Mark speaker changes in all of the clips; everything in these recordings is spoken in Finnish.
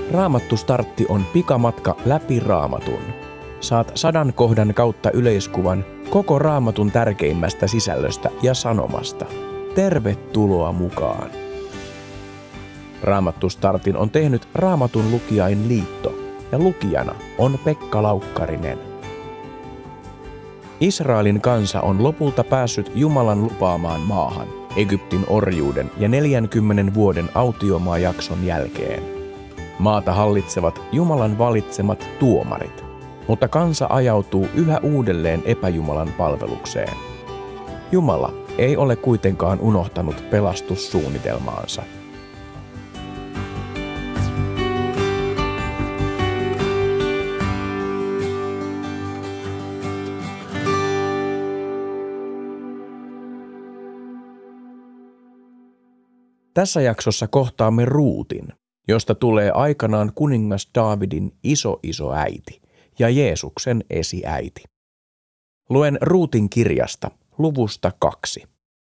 Speaker 1: Raamattu Startti on pikamatka läpi Raamatun. Saat 100 kohdan kautta yleiskuvan koko Raamatun tärkeimmästä sisällöstä ja sanomasta. Tervetuloa mukaan! Raamattu Startin on tehnyt Raamatun lukijain liitto ja lukijana on Pekka Laukkarinen. Israelin kansa on lopulta päässyt Jumalan lupaamaan maahan Egyptin orjuuden ja 40 vuoden autiomaajakson jälkeen. Maata hallitsevat Jumalan valitsemat tuomarit, mutta kansa ajautuu yhä uudelleen epäjumalan palvelukseen. Jumala ei ole kuitenkaan unohtanut pelastussuunnitelmaansa. Tässä jaksossa kohtaamme Ruutin, josta tulee aikanaan kuningas Daavidin isoäiti ja Jeesuksen esiäiti. Luen Ruutin kirjasta luvusta 2.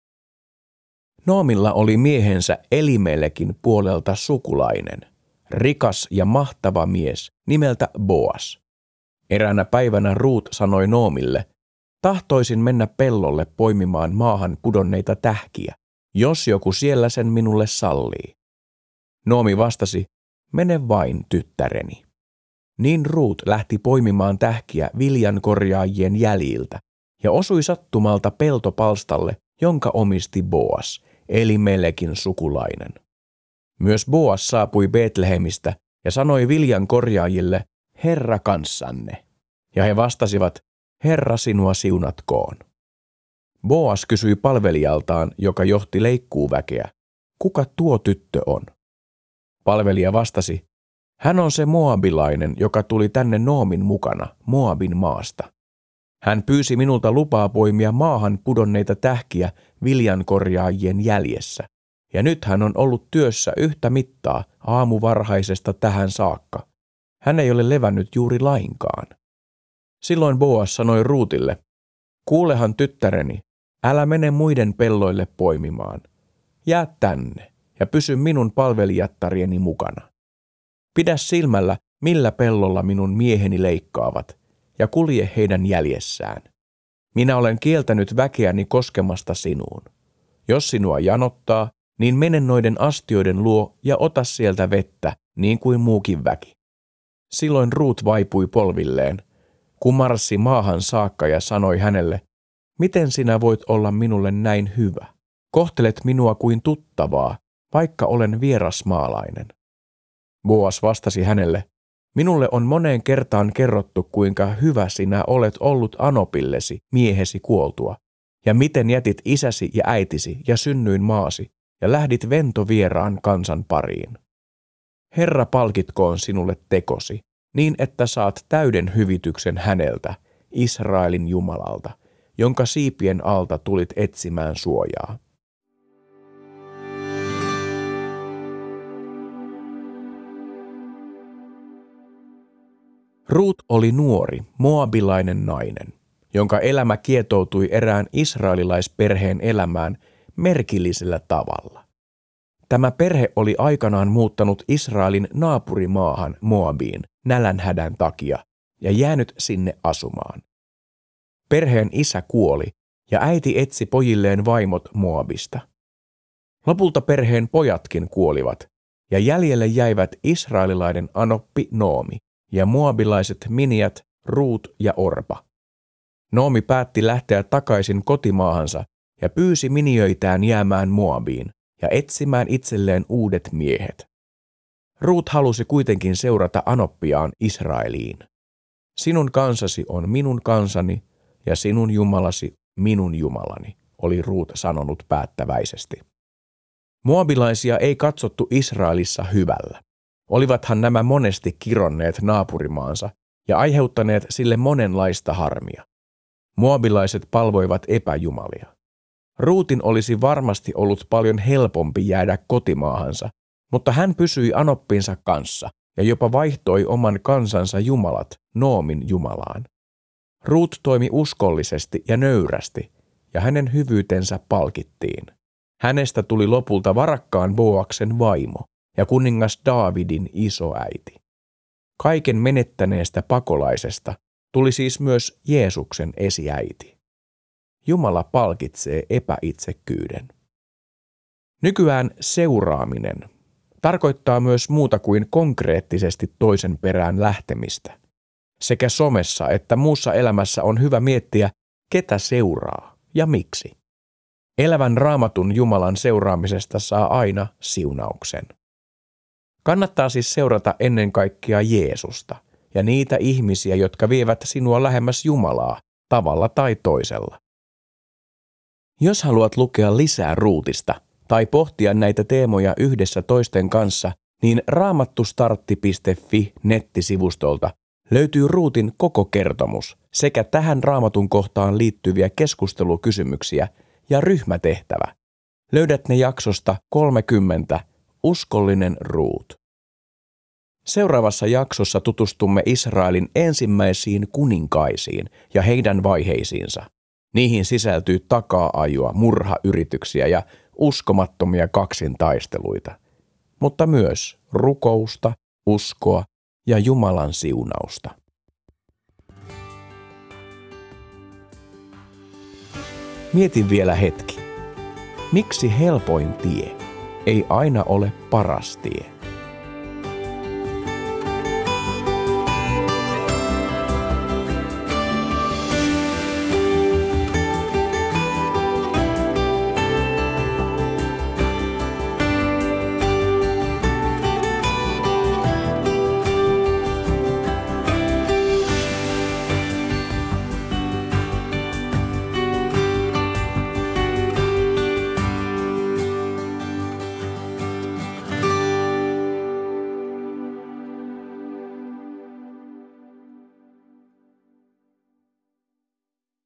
Speaker 1: Noomilla oli miehensä Elimelekin puolelta sukulainen, rikas ja mahtava mies nimeltä Boas. Eräänä päivänä Ruut sanoi Noomille, tahtoisin mennä pellolle poimimaan maahan pudonneita tähkiä, jos joku siellä sen minulle sallii. Noomi vastasi, mene vain, tyttäreni. Niin Ruut lähti poimimaan tähkiä viljankorjaajien jäljiltä ja osui sattumalta peltopalstalle, jonka omisti Boas, Elimelekin sukulainen. Myös Boas saapui Betlehemistä ja sanoi viljankorjaajille, Herra kanssanne. Ja he vastasivat, Herra sinua siunatkoon. Boas kysyi palvelijaltaan, joka johti leikkuuväkeä, kuka tuo tyttö on? Palvelija vastasi, hän on se moabilainen, joka tuli tänne Noomin mukana Moabin maasta. Hän pyysi minulta lupaa poimia maahan pudonneita tähkiä viljankorjaajien jäljessä, ja nyt hän on ollut työssä yhtä mittaa aamuvarhaisesta tähän saakka. Hän ei ole levännyt juuri lainkaan. Silloin Boas sanoi Ruutille, kuulehan tyttäreni, älä mene muiden pelloille poimimaan. Jää tänne ja pysy minun palvelijattarieni mukana. Pidä silmällä, millä pellolla minun mieheni leikkaavat, ja kulje heidän jäljessään. Minä olen kieltänyt väkeäni koskemasta sinuun. Jos sinua janottaa, niin mene noiden astioiden luo ja ota sieltä vettä, niin kuin muukin väki. Silloin Ruut vaipui polvilleen, kumarsi maahan saakka ja sanoi hänelle, miten sinä voit olla minulle näin hyvä? Kohtelet minua kuin tuttavaa, vaikka olen vierasmaalainen. Boas vastasi hänelle, minulle on moneen kertaan kerrottu, kuinka hyvä sinä olet ollut Anopillesi, miehesi kuoltua, ja miten jätit isäsi ja äitisi ja synnyin maasi, ja lähdit ventovieraan kansan pariin. Herra palkitkoon sinulle tekosi, niin että saat täyden hyvityksen häneltä, Israelin Jumalalta, jonka siipien alta tulit etsimään suojaa. Ruut oli nuori, moabilainen nainen, jonka elämä kietoutui erään israelilaisperheen elämään merkillisellä tavalla. Tämä perhe oli aikanaan muuttanut Israelin naapurimaahan Moabiin nälänhädän takia ja jäänyt sinne asumaan. Perheen isä kuoli ja äiti etsi pojilleen vaimot Moabista. Lopulta perheen pojatkin kuolivat ja jäljelle jäivät israelilainen Anoppi Noomi ja moabilaiset miniät Ruut ja Orpa. Noomi päätti lähteä takaisin kotimaahansa ja pyysi miniöitään jäämään Moabiin ja etsimään itselleen uudet miehet. Ruut halusi kuitenkin seurata Anoppiaan Israeliin. Sinun kansasi on minun kansani ja sinun Jumalasi minun Jumalani, oli Ruut sanonut päättäväisesti. Moabilaisia ei katsottu Israelissa hyvällä. Olivathan nämä monesti kironneet naapurimaansa ja aiheuttaneet sille monenlaista harmia. Moabilaiset palvoivat epäjumalia. Ruutin olisi varmasti ollut paljon helpompi jäädä kotimaahansa, mutta hän pysyi Anoppinsa kanssa ja jopa vaihtoi oman kansansa jumalat Noomin jumalaan. Ruut toimi uskollisesti ja nöyrästi, ja hänen hyvyytensä palkittiin. Hänestä tuli lopulta varakkaan Boaksen vaimo, ja kuningas Daavidin isoäiti. Kaiken menettäneestä pakolaisesta tuli siis myös Jeesuksen esiäiti. Jumala palkitsee epäitsekkyyden. Nykyään seuraaminen tarkoittaa myös muuta kuin konkreettisesti toisen perään lähtemistä. Sekä somessa että muussa elämässä on hyvä miettiä, ketä seuraa ja miksi. Elävän Raamatun Jumalan seuraamisesta saa aina siunauksen. Kannattaa siis seurata ennen kaikkea Jeesusta ja niitä ihmisiä, jotka vievät sinua lähemmäs Jumalaa tavalla tai toisella. Jos haluat lukea lisää Ruutista tai pohtia näitä teemoja yhdessä toisten kanssa, niin raamattustartti.fi nettisivustolta löytyy Ruutin koko kertomus sekä tähän Raamatun kohtaan liittyviä keskustelukysymyksiä ja ryhmätehtävä. Löydät ne jaksosta 30 Uskollinen Ruut. Seuraavassa jaksossa tutustumme Israelin ensimmäisiin kuninkaisiin ja heidän vaiheisiinsa. Niihin sisältyy takaa-ajoa, murhayrityksiä ja uskomattomia kaksintaisteluita, mutta myös rukousta, uskoa ja Jumalan siunausta. Mieti vielä hetki. Miksi helpoin tie ei aina ole paras tie?